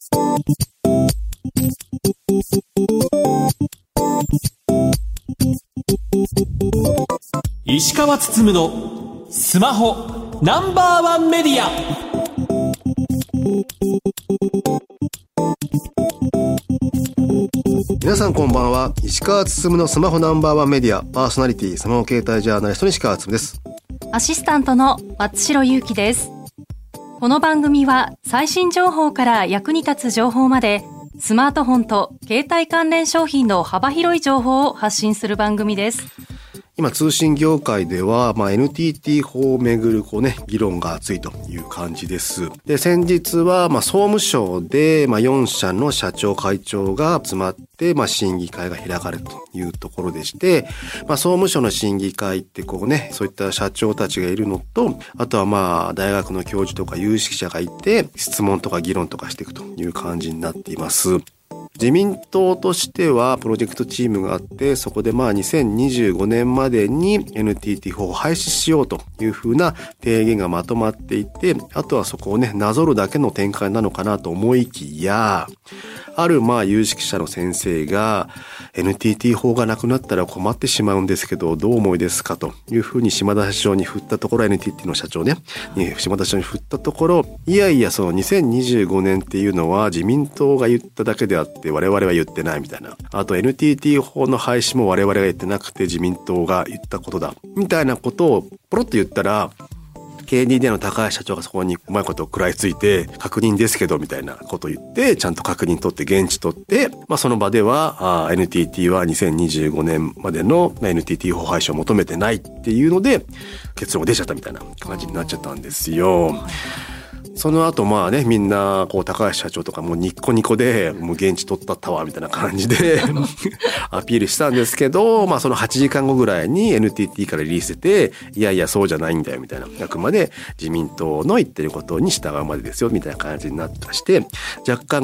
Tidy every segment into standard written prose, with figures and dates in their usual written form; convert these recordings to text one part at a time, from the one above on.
石川つつむのスマホナンバーワンメディア。 皆さんこんばんは。石川つつむのスマホナンバーワンメディアパーソナリティスマホ携帯ジャーナリストの石川つつむです。 アシスタントの松代ゆうきです。この番組は最新情報から役に立つ情報までスマートフォンと携帯関連商品の幅広い情報を発信する番組です。 今通信業界では、NTT 法をめぐる議論が熱いという感じです。で、先日は総務省で4社の社長会長が集まって審議会が開かれるというところでして、総務省の審議会ってそういった社長たちがいるのと、あとは大学の教授とか有識者がいて質問とか議論とかしていくという感じになっています。自民党としてはプロジェクトチームがあって、そこで2025年までに NTT 法を廃止しようというふうな提言がまとまっていて、あとはそこをなぞるだけの展開なのかなと思いきや、ある有識者の先生が NTT 法がなくなったら困ってしまうんですけどどう思いですかというふうに島田社長に振ったところ、 NTT の社長に島田社長に振ったところ、いやいやその2025年っていうのは自民党が言っただけであって我々は言ってないみたいな、あと NTT 法の廃止も我々が言ってなくて自民党が言ったことだみたいなことをポロッと言ったら、KDDI の高橋社長がそこにうまいことを食らいついて、確認ですけどみたいなことを言って、ちゃんと確認取って現地取って、その場ではNTT は2025年までの NTT 法廃止を求めてないっていうので結論が出ちゃったみたいな感じになっちゃったんですよ。その後みんな高橋社長とかもうニッコニコでもう現地取ったったわみたいな感じでアピールしたんですけど、その8時間後ぐらいに NTT からリリースして、いやいやそうじゃないんだよみたいな、あくまで自民党の言ってることに従うまでですよみたいな感じになってまして、若干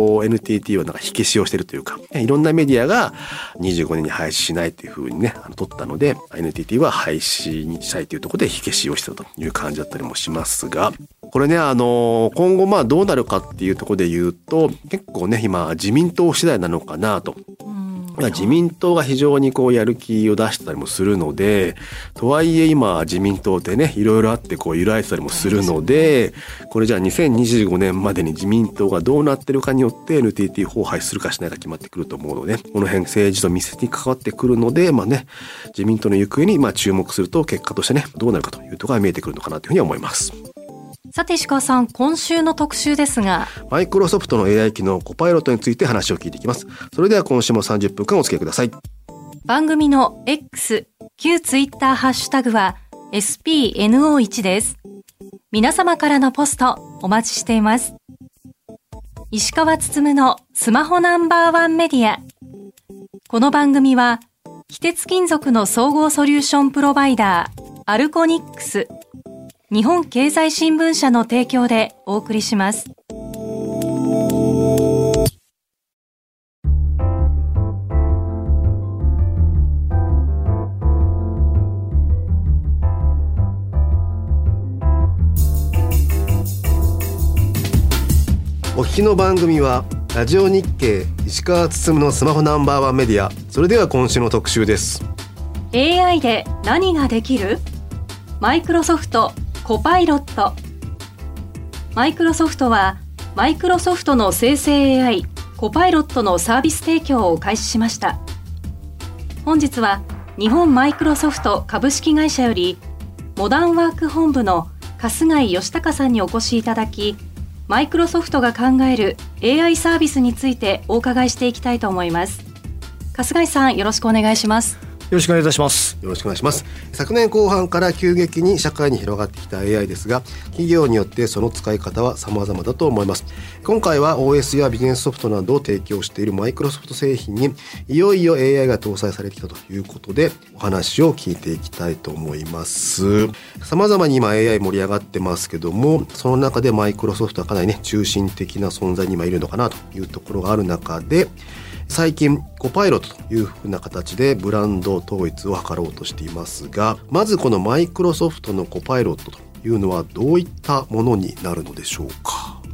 NTT は火消しをしてるというか、いろんなメディアが25年に廃止しないっていう風に取ったので NTT は廃止にしたいというところで火消しをしたという感じだったりもしますが、これ今後どうなるかっていうところで言うと、結構今自民党次第なのかなと。自民党が非常にやる気を出してたりもするので、とはいえ今自民党っていろいろあって揺らいでたりもするので、これじゃあ2025年までに自民党がどうなってるかによって NTT 法廃止するかしないか決まってくると思うので、この辺政治と密接に関わってくるので、自民党の行方に注目すると結果としてどうなるかというところが見えてくるのかなというふうに思います。 さて石川さん、今週の特集ですが、 マイクロソフトの AI 機能コパイロットについて話を聞いていきます。それでは今週も30分間お付き合いください。 番組の X、旧ツイッターハッシュタグは SPNO1 です。皆様からのポストお待ちしています。石川つつむのスマホナンバーワンメディア。この番組は非鉄金属の総合ソリューションプロバイダーアルコニックス、日本経済新聞社の提供でお送りします。 お聞きの番組はラジオ日経石川つつむのスマホナンバーワンメディア。それでは今週の特集です。 AI で何ができる？マイクロソフトコパイロット。マイクロソフトはマイクロソフトの生成 AI コパイロットのサービス提供を開始しました。本日は日本マイクロソフト株式会社よりモダンワーク本部の春日井義孝さんにお越しいただき、マイクロソフトが考える AI サービスについてお伺いしていきたいと思います。春日井さん、よろしくお願いします。 よろしくお願いいたします。 よろしくお願いします。昨年後半から急激に社会に広がってきた AI ですが、企業によってその使い方は様々だと思います。今回は OS やビジネスソフトなどを提供しているマイクロソフト製品にいよいよ AI が搭載されてきたということで、お話を聞いていきたいと思います。様々に今 AI 盛り上がってますけども、その中でマイクロソフトはかなり中心的な存在に今いるのかなというところがある中で、最近コパイロットというふうな形でブランド統一を図ろうとしていますが、まずこのマイクロソフトのコパイロットというのはどういったものになるのでしょうか。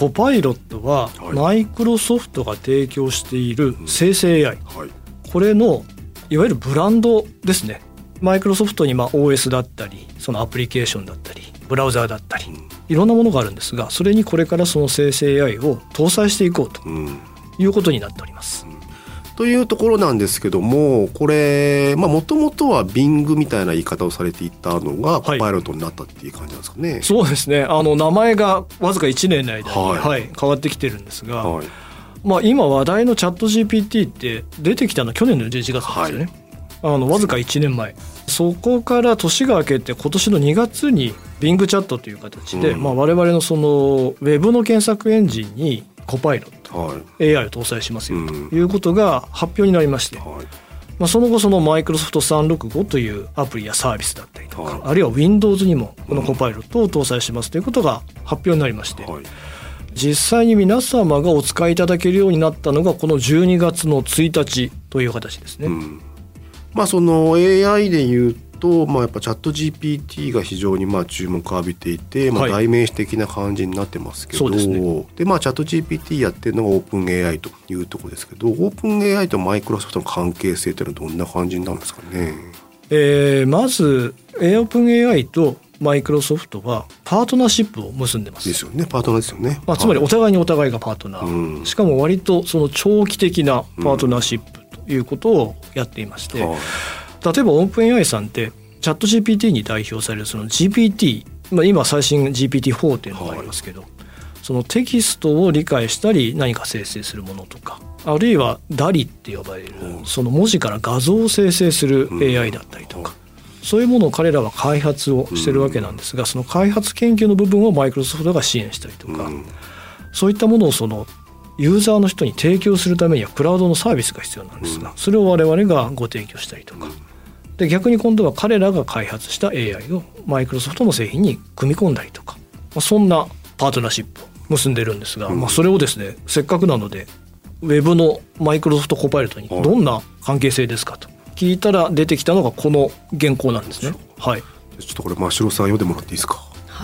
コパイロットはマイクロソフトが提供している生成 AI、これのいわゆるブランドですね。マイクロソフトにOS だったりそのアプリケーションだったりブラウザーだったりいろんなものがあるんですが、それにこれからその生成 AI を搭載していこうということになっております。 というところなんですけども、これもともとは Bing みたいな言い方をされていたのがコパイロットになったっていう感じなんですかね。 そうですね。名前がわずか1年の間に、変わってきてるんですが、今話題のチャット GPT って出てきたのは去年の11月ですよね。わずか1年前。そこから年が明けて今年の2月に Bing チャットという形で、我々のそのウェブの検索エンジンにコパイロット、AI を搭載しますよということが発表になりまして、その後そのマイクロソフト365というアプリやサービスだったりとか、あるいは Windows にもこのコパイロットを搭載しますということが発表になりまして、実際に皆様がお使いいただけるようになったのがこの12月の1日という形ですね。 その AI でいうと、やっぱチャット GPT が非常に注目を浴びていて、代名詞的な感じになってますけど、でチャット GPT やってるのがオープン AI というところですけど、オープン AI とマイクロソフトの関係性というのはどんな感じになるんですかね。 まずオープン AI とマイクロソフトはパートナーシップを結んでます。 ですよね。パートナーですよね。 つまりお互いにお互いがパートナー、しかも割とその長期的なパートナーシップということをやっていまして、例えばオープン AI さんってチャット GPT に代表されるその GPT、今最新 GPT-4 というのがありますけど、そのテキストを理解したり何か生成するものとか、あるいは DALL-E って呼ばれるその文字から画像を生成する AI だったりとか、そういうものを彼らは開発をしてるわけなんですが、その開発研究の部分をマイクロソフトが支援したりとか、そういったものをそのユーザーの人に提供するためにはクラウドのサービスが必要なんですが、それを我々がご提供したりとかで、逆に今度は彼らが開発した AI をマイクロソフトの製品に組み込んだりとか、そんなパートナーシップを結んでるんですが、それをですね、せっかくなのでウェブのマイクロソフトコパイロットにどんな関係性ですかと聞いたら出てきたのがこの原稿なんですね。ちょっとこれ真城さん読んでもらっていいですか。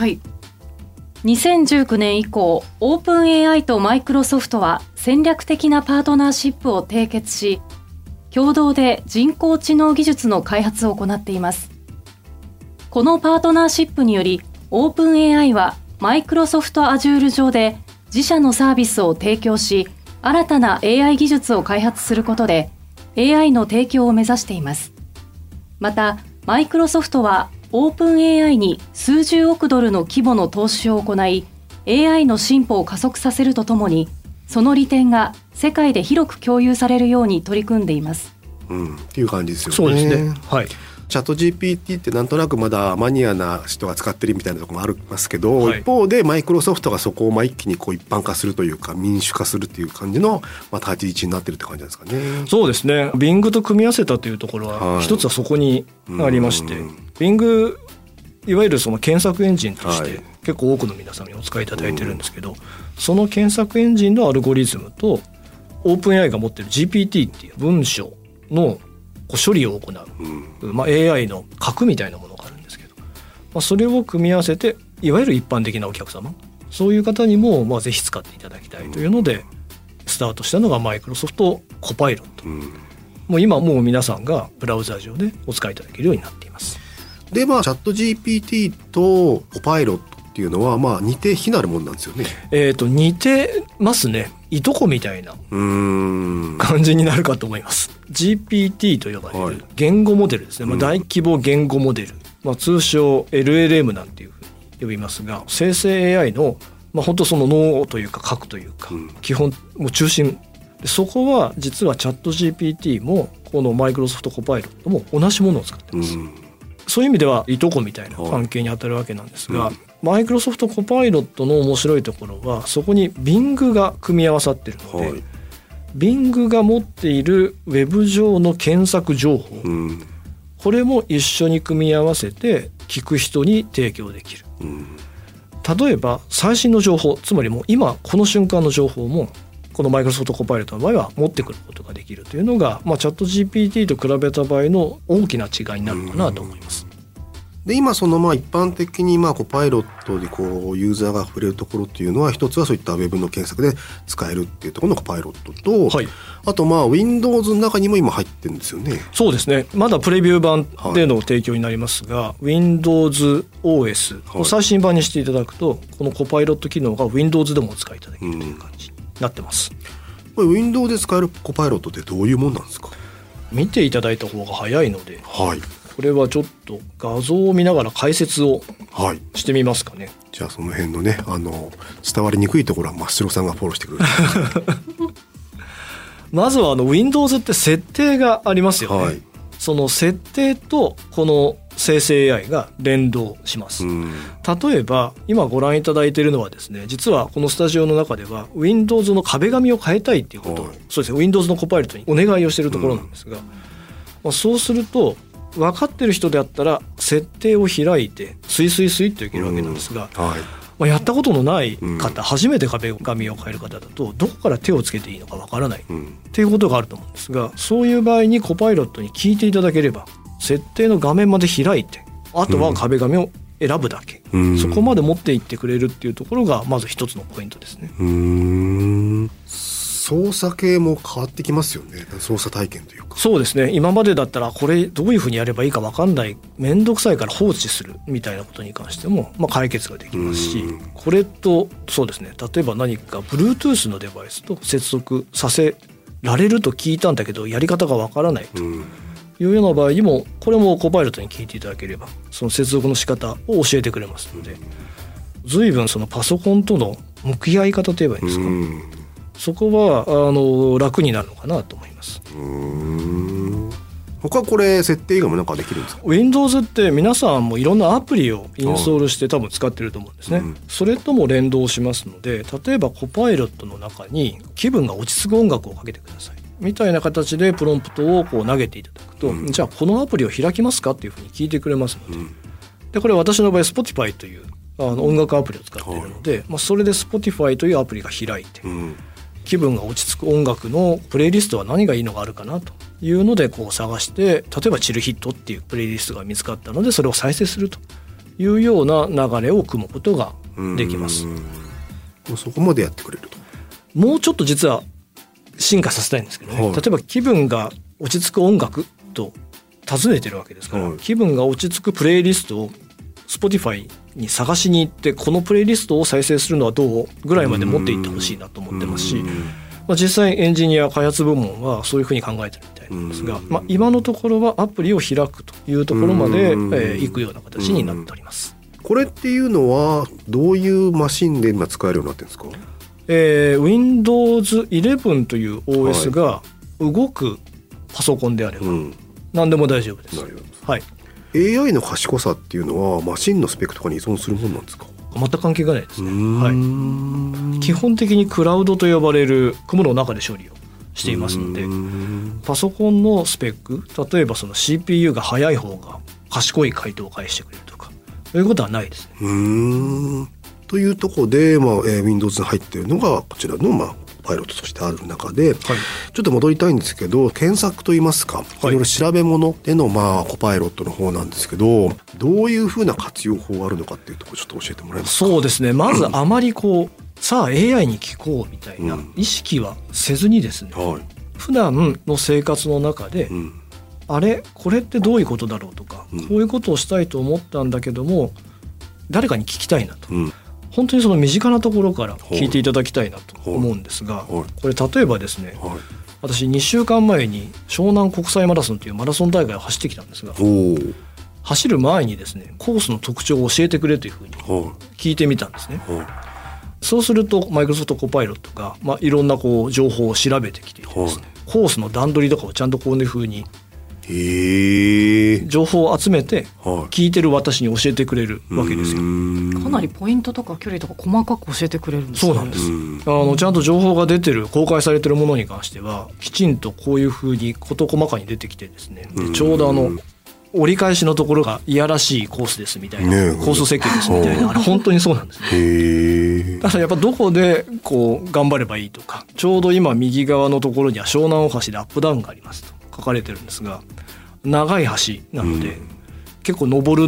2019年以降、オープン AI とマイクロソフトは戦略的なパートナーシップを締結し、共同で人工知能技術の開発を行っています。このパートナーシップにより、オープン AI はマイクロソフト Azure 上で自社のサービスを提供し、新たな AI 技術を開発することで AI の提供を目指しています。また、マイクロソフトはオープン AI に数十億ドルの規模の投資を行い、AI の進歩を加速させるとともに、その利点が世界で広く共有されるように取り組んでいます。 っていう感じですよね。 そうですね。 チャット GPT ってなんとなくまだマニアな人が使ってるみたいなところもありますけど、一方でマイクロソフトがそこを一気に一般化するというか民主化するっていう感じの立ち位置になってるって感じなんですかね。 そうですね。Bing と組み合わせたというところは一つはそこにありまして、Bing いわゆるその検索エンジンとして結構多くの皆さんにお使いいただいてるんですけど、その検索エンジンのアルゴリズムとオープン AI が持ってる GPT っていう文章の処理を行う、AI の核みたいなものがあるんですけど、それを組み合わせていわゆる一般的なお客様、そういう方にもぜひ使っていただきたいというのでスタートしたのがマイクロソフトコパイロット、もう今もう皆さんがブラウザー上でお使いいただけるようになっています。 でチャット GPT とコパイロットっていうのは似て非なるもんなんですよね。 似てますね。いとこみたいな感じになるかと思います。GPT と呼ばれる言語モデルですね。大規模言語モデル、通称 LLM なんていうふうに呼びますが、生成 AI の本当その脳というか核というか、基本もう中心で、そこは実はチャット GPT もこのマイクロソフトコパイロットも同じものを使ってます。そういう意味ではいとこみたいな関係に当たるわけなんですが、マイクロソフトコパイロットの面白いところはそこに Bing が組み合わさっているので、Bing が持っているウェブ上の検索情報、これも一緒に組み合わせて聞く人に提供できる。例えば最新の情報、つまりもう今この瞬間の情報もこのマイクロソフトコパイロットの場合は持ってくることができるというのが、チャット GPT と比べた場合の大きな違いになるかなと思います。 で今その一般的にコパイロットでこうユーザーが触れるところっていうのは、一つはそういったウェブの検索で使えるっていうところのコパイロットと、はい、あとWindows の中にも今入ってるんですよね。 そうですね。まだプレビュー版での提供になりますが、はい、Windows OS を最新版にしていただくと、このコパイロット機能が Windows でもお使いいただけるという感じになってます。 これ Windows で使えるコパイロットってどういうもんなんですか？ 見ていただいた方が早いので、 はい、 これはちょっと画像を見ながら解説をしてみますかね。 じゃあその辺のね、伝わりにくいところは真っ白さんがフォローしてくれるまずはWindows って設定がありますよね、はい、その設定とこの生成 AI が連動します。例えば今ご覧いただいているのはですね、実はこのスタジオの中では Windows の壁紙を変えたいっていうことを、はい、そうですね、Windows のコパイロットにお願いをしているところなんですが、そうすると分かってる人であったら設定を開いてスイスイスイっといけるわけなんですが、やったことのない方、初めて壁紙を変える方だとどこから手をつけていいのか分からないっていうことがあると思うんですが、そういう場合にコパイロットに聞いていただければ、設定の画面まで開いて、あとは壁紙を選ぶだけ、そこまで持っていってくれるっていうところがまず一つのポイントですね。 操作系も変わってきますよね。操作体験というか。 そうですね。今までだったらこれどういうふうにやればいいか分かんない、めんどくさいから放置するみたいなことに関しても、解決ができますし、これとそうですね、例えば何か Bluetooth のデバイスと接続させられると聞いたんだけどやり方が分からないというような場合にも、これもコパイロットに聞いていただければその接続の仕方を教えてくれますので、随分そのパソコンとの向き合い方といえばいいんですか、そこは楽になるのかなと思います。 他これ設定以外もなんかできるんですか？ Windows って皆さんもいろんなアプリをインストールして多分使ってると思うんですね、それとも連動しますので、例えばコパイロットの中に気分が落ち着く音楽をかけてくださいみたいな形でプロンプトをこう投げていただくと、じゃあこのアプリを開きますかっていうふうに聞いてくれますので、でこれ私の場合 Spotify という音楽アプリを使っているので、それで Spotify というアプリが開いて、気分が落ち着く音楽のプレイリストは何がいいのがあるかなというのでこう探して、例えばチルヒットっていうプレイリストが見つかったのでそれを再生するというような流れを組むことができます。 そこまでやってくれると。 もうちょっと実は進化させたいんですけどね、例えば気分が落ち着く音楽と尋ねてるわけですから、気分が落ち着くプレイリストを Spotify に探しに行って、このプレイリストを再生するのはどうぐらいまで持っていってほしいなと思ってますし、実際エンジニア開発部門はそういうふうに考えてるみたいなんですが、今のところはアプリを開くというところまで行くような形になっております。 これっていうのはどういうマシンで今使えるようになってるんですか ？Windows 11という OS が動くパソコンであれば何でも大丈夫です。はい。 AI の賢さっていうのはマシンのスペックとかに依存するものなんですか？ 全く関係がないですね。はい。基本的にクラウドと呼ばれる雲の中で処理をしていますので、パソコンのスペック、例えばその CPU が速い方が賢い回答を返してくれるとか、そういうことはないですね。 というところで、Windows に入っているのがこちらのパイロットとしてある中で、ちょっと戻りたいんですけど、検索といいますか、いろいろ調べ物でのコパイロットの方なんですけど、どういうふうな活用法があるのかっていうところちょっと教えてもらえますか？そうですね。 まずあまりさあ AI に聞こうみたいな意識はせずにですね、普段の生活の中で、あれこれってどういうことだろうとか、こういうことをしたいと思ったんだけども誰かに聞きたいなと、本当にその身近なところから聞いていただきたいなと思うんですが、これ例えばですね、私2週間前に湘南国際マラソンというマラソン大会を走ってきたんですが、走る前にですねコースの特徴を教えてくれというふうに聞いてみたんですね。そうするとマイクロソフトコパイロットが、いろんな情報を調べてきていてですね、コースの段取りとかをちゃんとこういうふうに情報を集めて聞いてる私に教えてくれるわけですよ。 かなりポイントとか距離とか細かく教えてくれるんですね。 そうなんです。ちゃんと情報が出てる公開されてるものに関してはきちんとこういうふうに事細かに出てきてですね、でちょうど折り返しのところがいやらしいコースですみたいな、コース設計ですみたいな、あれ本当にそうなんですね。だからやっぱどこで頑張ればいいとか、ちょうど今右側のところには湘南大橋でアップダウンがありますと書かれてるんですが、長い橋なので、結構上るの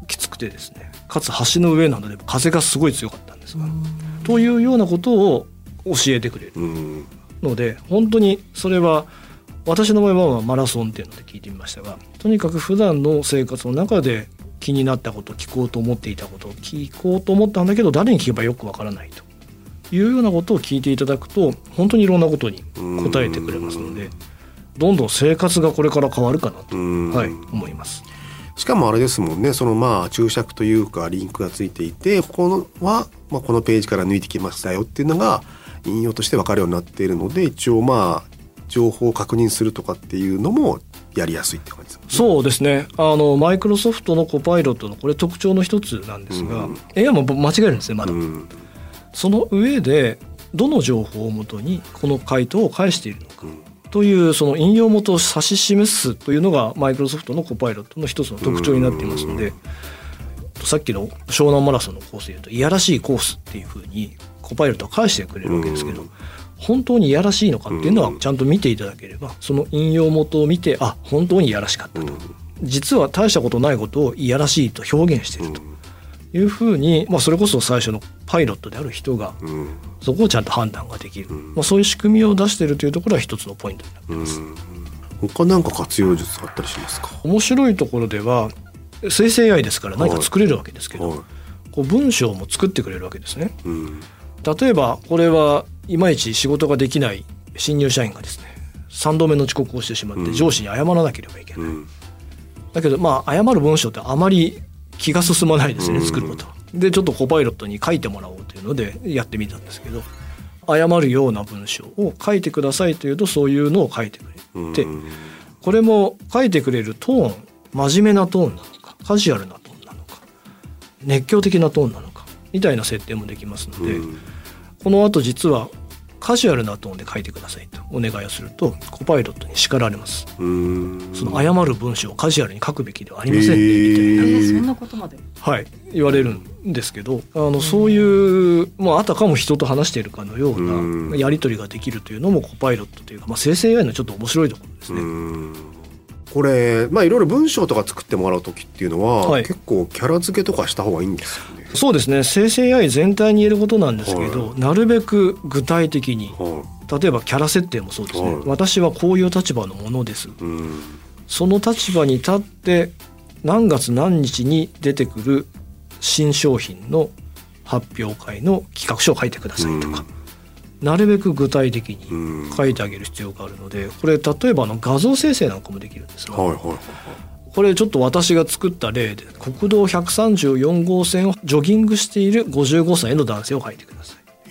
きつくてですね、かつ橋の上なので風がすごい強かったんですが、というようなことを教えてくれるので、本当にそれは私の場合はマラソンっていうので聞いてみましたが、とにかく普段の生活の中で気になったこと、聞こうと思っていたこと、聞こうと思ったんだけど誰に聞けばよくわからないというようなことを聞いていただくと、本当にいろんなことに答えてくれますので、どんどん生活がこれから変わるかなと、思います。 しかもあれですもんね、その注釈というかリンクがついていて、このページから抜いてきましたよっていうのが引用として分かるようになっているので、一応情報を確認するとかっていうのもやりやすいって感じですね。 そうですね。マイクロソフトのコパイロットのこれ特徴の一つなんですが、AI も間違えるんですねまだ。その上でどの情報をもとにこの回答を返しているのか、というその引用元を指し示すというのがマイクロソフトのコパイロットの一つの特徴になっていますので、さっきの湘南マラソンのコースでいうといやらしいコースっていうふうにコパイロットは返してくれるわけですけど、本当にいやらしいのかっていうのはちゃんと見ていただければ、その引用元を見て、本当にいやらしかったと、実は大したことないことをいやらしいと表現しているというふうに、それこそ最初のパイロットである人がそこをちゃんと判断ができる、そういう仕組みを出しているというところは一つのポイントになっています。 他なんか活用術あったりしますか？ 面白いところでは生成 AI ですから何か作れるわけですけど、こう文章も作ってくれるわけですね。例えばこれはいまいち仕事ができない新入社員がですね、3度目の遅刻をしてしまって上司に謝らなければいけない、だけど謝る文章ってあまり気が進まないですね、作ることで。ちょっとコパイロットに書いてもらおうというのでやってみたんですけど、謝るような文章を書いてくださいというとそういうのを書いてくれて、これも書いてくれるトーン、真面目なトーンなのかカジュアルなトーンなのか熱狂的なトーンなのかみたいな設定もできますので、この後実はカジュアルなトーンで書いてくださいとお願いをするとコパイロットに叱られます。その謝る文章をカジュアルに書くべきではありませんねみたいな、 そんなことまで言われるんですけど、そういうあたかも人と話しているかのようなやり取りができるというのもコパイロットというか、生成 AI のちょっと面白いところですね。 これいろいろ文章とか作ってもらう時っていうのは、結構キャラ付けとかした方がいいんですよね。 そうですね。生成 AI 全体に言えることなんですけど、なるべく具体的に、例えばキャラ設定もそうですね、私はこういう立場のものです、その立場に立って何月何日に出てくる新商品の発表会の企画書を書いてくださいとか、なるべく具体的に書いてあげる必要があるので、これ例えば画像生成なんかもできるんですが、これちょっと私が作った例で、国道134号線をジョギングしている55歳の男性を書いてください。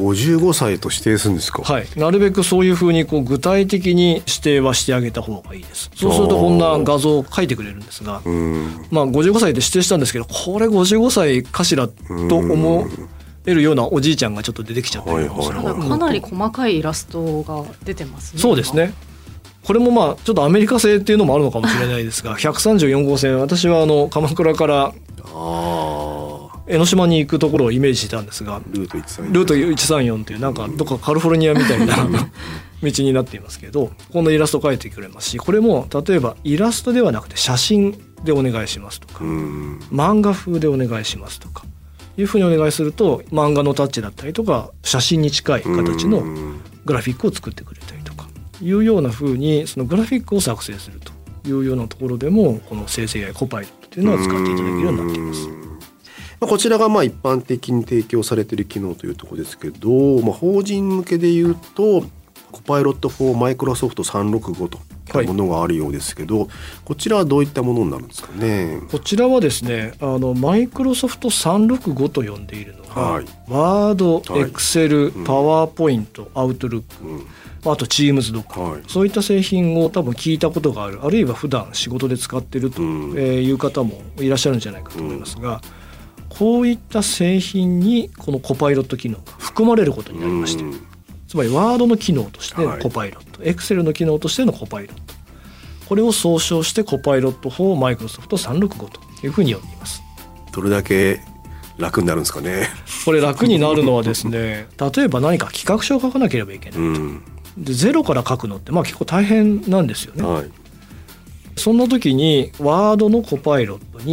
55歳と指定するんですか？ なるべくそういうふうに具体的に指定はしてあげた方がいいです。そうするとこんな画像を書いてくれるんですが、55歳で指定したんですけど、これ55歳かしらと思えるようなおじいちゃんがちょっと出てきちゃったりもする。 かなり細かいイラストが出てますね。 そうですね。これもちょっとアメリカ製っていうのもあるのかもしれないですが、134号線、私は鎌倉から江ノ島に行くところをイメージしてたんですが、ルート134というどっかカリフォルニアみたいな道になっていますけど、このイラスト描いてくれますし、これも例えばイラストではなくて写真でお願いしますとか、漫画風でお願いしますとかいうふうにお願いすると、漫画のタッチだったりとか写真に近い形のグラフィックを作ってくれたりとかいうような風に、そのグラフィックを作成するというようなところでもこの生成 AI コパイロットというのは使っていただけるようになっています。 こちらが一般的に提供されている機能というところですけど、法人向けでいうとコパイロット4マイクロソフト365というものがあるようですけど、こちらはどういったものになるんですかね？ こちらはですね、マイクロソフト365と呼んでいるのが、ワード、エクセル、パワーポイント、アウトルック、あと Teams とか、そういった製品を多分聞いたことがある、あるいは普段仕事で使っているという方もいらっしゃるんじゃないかと思いますが、こういった製品にこのコパイロット機能が含まれることになりまして、つまりワードの機能としてのコパイロット、エクセルの機能としてのコパイロット、これを総称してコパイロット4マイクロソフト365というふうに呼んでいます。 どれだけ楽になるんですかね？ これ楽になるのはですね、例えば何か企画書を書かなければいけないと、でゼロから書くのって結構大変なんですよね。そんな時にワードのコパイロットに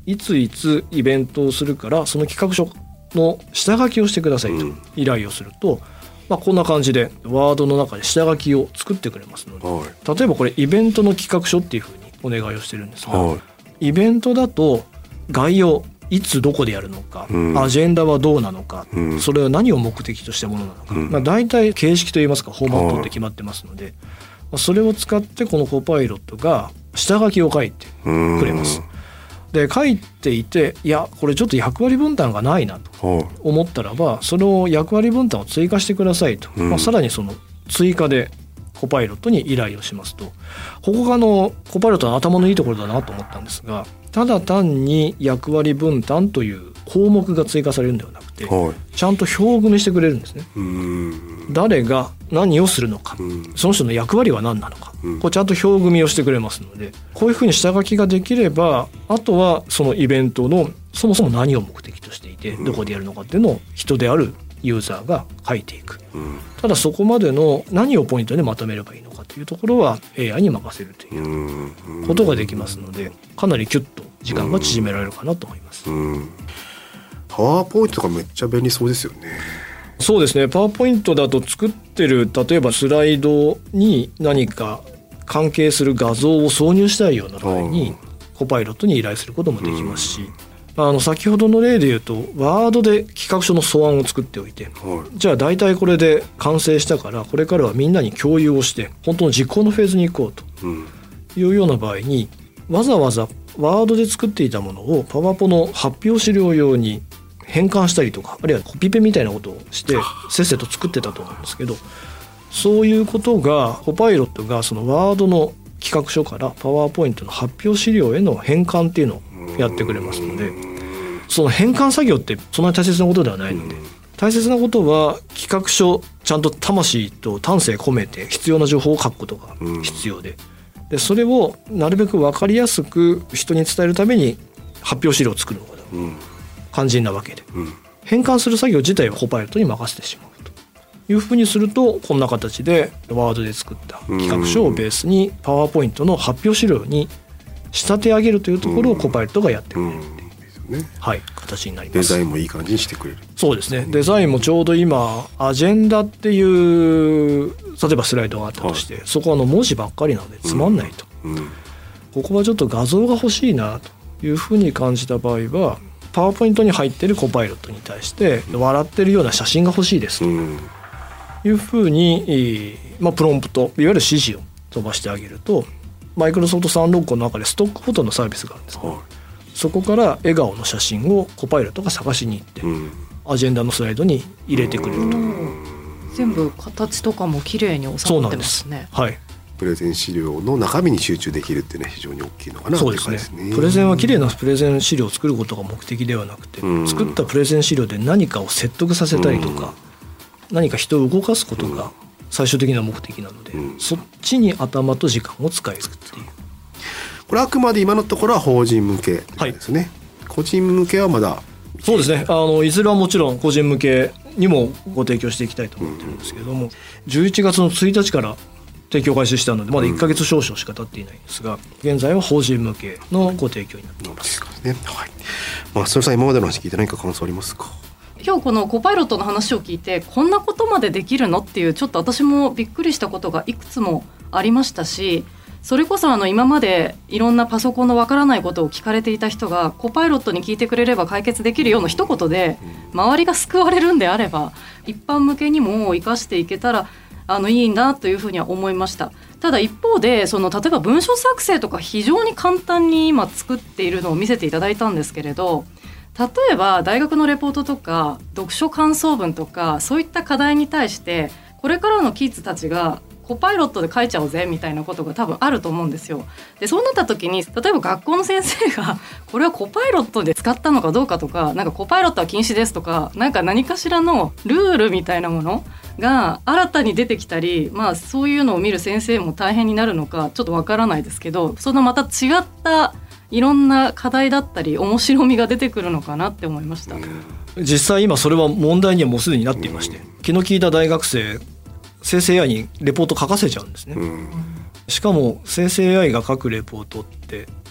いついつイベントをするからその企画書の下書きをしてくださいと依頼をすると、こんな感じでワードの中で下書きを作ってくれますので、例えばこれイベントの企画書っていうふうにお願いをしてるんですが、イベントだと概要、いつどこでやるのか、アジェンダはどうなのか、それは何を目的としたものなのか、大体形式といいますかフォーマットって決まってますので、それを使ってこのコパイロットが下書きを書いてくれます。で書いていて、いやこれちょっと役割分担がないなと思ったらば、その役割分担を追加してくださいと、さらにその追加でコパイロットに依頼をしますと、ここがコパイロットの頭のいいところだなと思ったんですが、ただ単に役割分担という項目が追加されるんではなくて、ちゃんと表組みしてくれるんですね。誰が何をするのか、その人の役割は何なのか、これちゃんと表組みをしてくれますので、こういうふうに下書きができれば、あとはそのイベントのそもそも何を目的としていて、どこでやるのかっていうのを人であるユーザーが書いていく。ただそこまでの何をポイントでまとめればいいのかというところは AI に任せるということができますので、かなりキュッと時間が縮められるかなと思います。 パワーポイントがめっちゃ便利そうですよね。 そうですね。パワーポイントだと作ってる例えばスライドに何か関係する画像を挿入したいような場合にコパイロットに依頼することもできますし、先ほどの例で言うとワードで企画書の素案を作っておいて、じゃあ大体これで完成したからこれからはみんなに共有をして本当の実行のフェーズに行こうというような場合に、わざわざワードで作っていたものをパワポの発表資料用に変換したりとか、あるいはコピペみたいなことをしてせっせと作ってたと思うんですけど、そういうことがコパイロットがそのワードの企画書からパワーポイントの発表資料への変換っていうのをやってくれますので、その変換作業ってそんなに大切なことではないので、大切なことは企画書ちゃんと魂と丹精込めて必要な情報を書くことが必要で、それをなるべく分かりやすく人に伝えるために発表資料を作るのが肝心なわけで、変換する作業自体はコパイロットに任せてしまうというふうにすると、こんな形でワードで作った企画書をベースにパワーポイントの発表資料に仕立て上げるというところをコパイロットがやってくれるっていう、形になります。 デザインもいい感じにしてくれる。 そうですね。デザインもちょうど今アジェンダっていう例えばスライドがあったとして、そこは文字ばっかりなのでつまんないと、ここはちょっと画像が欲しいなというふうに感じた場合は、パワーポイントに入っているコパイロットに対して笑ってるような写真が欲しいですというふうに、プロンプトいわゆる指示を飛ばしてあげると、マイクロソフト365の中でストックフォトのサービスがあるんです、そこから笑顔の写真をコパイロットが探しに行って、アジェンダのスライドに入れてくれると。 全部形とかも綺麗に収まってますね。 プレゼン資料の中身に集中できるってね、非常に大きいのかな。 そうですね。プレゼンは綺麗なプレゼン資料を作ることが目的ではなくて、作ったプレゼン資料で何かを説得させたりとか、何か人を動かすことが最終的な目的なので、そっちに頭と時間を使えるっていう。 これあくまで今のところは法人向けですね。個人向けはまだ。 そうですね。いずれはもちろん個人向けにもご提供していきたいと思ってるんですけれども、11月の1日から提供開始したのでまだ1ヶ月少々しか経っていないんですが、現在は法人向けのご提供になっています。 それさん、今までの話聞いて何か感想ありますか？ 今日このコパイロットの話を聞いて、こんなことまでできるのっていう、ちょっと私もびっくりしたことがいくつもありましたし、それこそ今までいろんなパソコンのわからないことを聞かれていた人がコパイロットに聞いてくれれば解決できるような一言で周りが救われるんであれば、一般向けにも生かしていけたらいいなというふうには思いました。ただ一方で例えば文章作成とか非常に簡単に今作っているのを見せていただいたんですけれど、例えば大学のレポートとか読書感想文とかそういった課題に対してこれからのキッズたちがコパイロットで書いちゃおうぜみたいなことが多分あると思うんですよ。でそうなった時に、例えば学校の先生がこれはコパイロットで使ったのかどうかとか、なんかコパイロットは禁止ですとか、なんか何かしらのルールみたいなものが新たに出てきたり、そういうのを見る先生も大変になるのかちょっとわからないですけど、そのまた違ったいろんな課題だったり面白みが出てくるのかなって思いました。 実際今それは問題にはもうすでになっていまして、気の利いた大学生生成 AI にレポート書かせちゃうんですね。しかも生成 AI が書くレポートって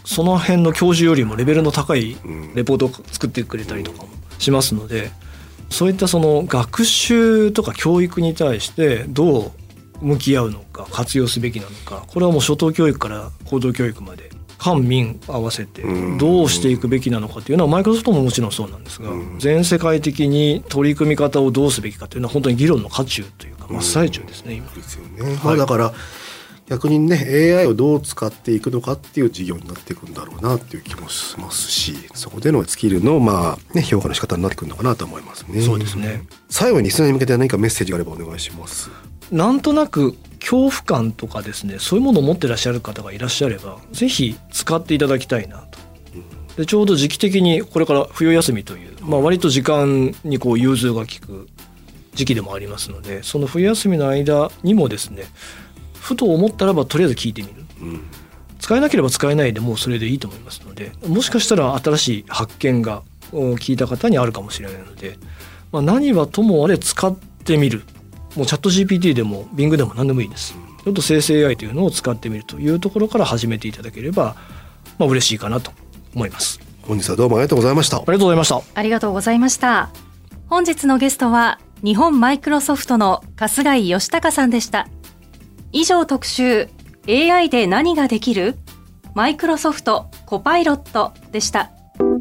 その辺の教授よりもレベルの高いレポートを作ってくれたりとかもしますので、そういったその学習とか教育に対してどう向き合うのか、活用すべきなのか、これはもう初等教育から高等教育まで官民合わせてどうしていくべきなのかというのはマイクロソフトももちろんそうなんですが、全世界的に取り組み方をどうすべきかというのは本当に議論の渦中というか真っ最中ですね、今ですよね。だから逆にね AI をどう使っていくのかっていう事業になっていくんだろうなっていう気もしますし、そこでのスキルの評価の仕方になってくるのかなと思いますね。 そうですね。 最後にリスナーに向けて何かメッセージがあればお願いします。 なんとなく恐怖感とかですね、そういうものを持ってらっしゃる方がいらっしゃればぜひ使っていただきたいなと。でちょうど時期的にこれから冬休みという、割と時間に融通が利く時期でもありますので、その冬休みの間にもですね、ふと思ったらばとりあえず聞いてみる、使えなければ使えないでもうそれでいいと思いますので、もしかしたら新しい発見が聞いた方にあるかもしれないので、何はともあれ使ってみる。もうチャット GPT でも Bing でも何でもいいです。ちょっと生成 AI というのを使ってみるというところから始めていただければ嬉しいかなと思います。 本日はどうもありがとうございました。 ありがとうございました。 ありがとうございました。本日のゲストは日本マイクロソフトの春日井義孝さんでした。以上特集 AI で何ができる？マイクロソフトコパイロットでした。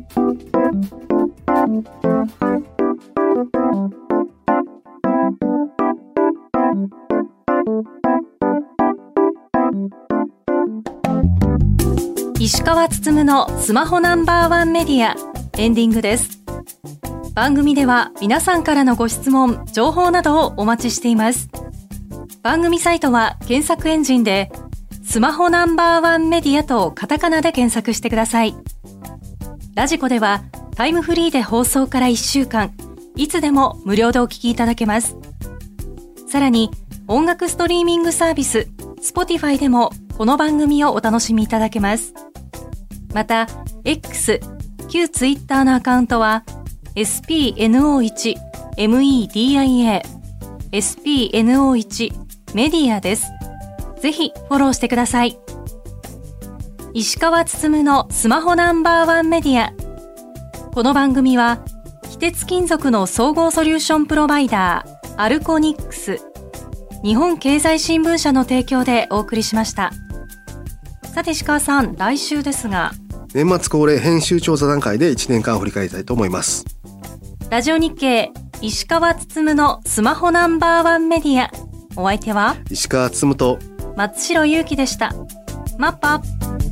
石川つつむのスマホナンバーワンメディアエンディングです。番組では皆さんからのご質問、情報などをお待ちしています。番組サイトは検索エンジンでスマホナンバーワンメディアとカタカナで検索してください。ラジコではタイムフリーで放送から1週間いつでも無料でお聞きいただけます。さらに音楽ストリーミングサービス Spotify でもこの番組をお楽しみいただけます。また X 旧 Twitter のアカウントは SPNO1 MEDIA SPNO1 メディアです。ぜひフォローしてください。石川つつむのスマホナンバーワンメディア。この番組は非鉄金属の総合ソリューションプロバイダーアルコニックス、日本経済新聞社の提供でお送りしました。さて石川さん、来週ですが年末恒例編集長座談会で1年間を振り返りたいと思います。 ラジオ日経石川つつむのスマホナンバーワンメディア。お相手は石川つつむと松代ゆうきでした。マッパ。